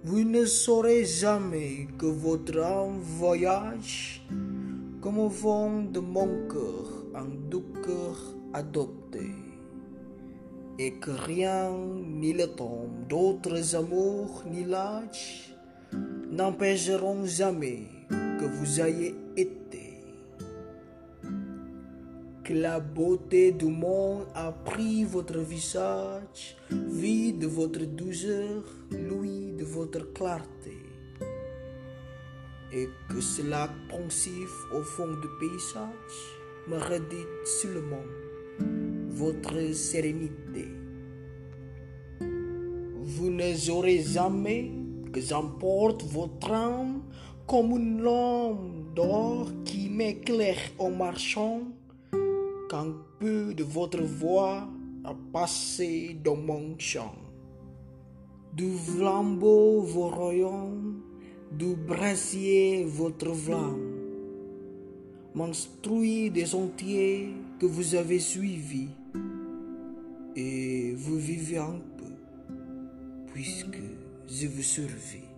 Vous ne saurez jamais que votre âme voyage comme au fond de mon cœur, un doux cœur adopté, et que rien, ni le temps, d'autres amours, ni l'âge, n'empêcheront jamais que vous ayez été. Que la beauté du monde a pris votre visage, vide de votre douceur, lui de votre clarté, et que ce lac pensif au fond du paysage me redite seulement votre sérénité. Vous ne aurez jamais que j'emporte votre âme comme une lampe d'or qui m'éclaire en marchant, qu'un peu de votre voix a passé dans mon chant. Du flambeau vos rayons, du brasier votre flamme, m'instruit des sentiers que vous avez suivis, et vous vivez un peu, puisque je vous survis.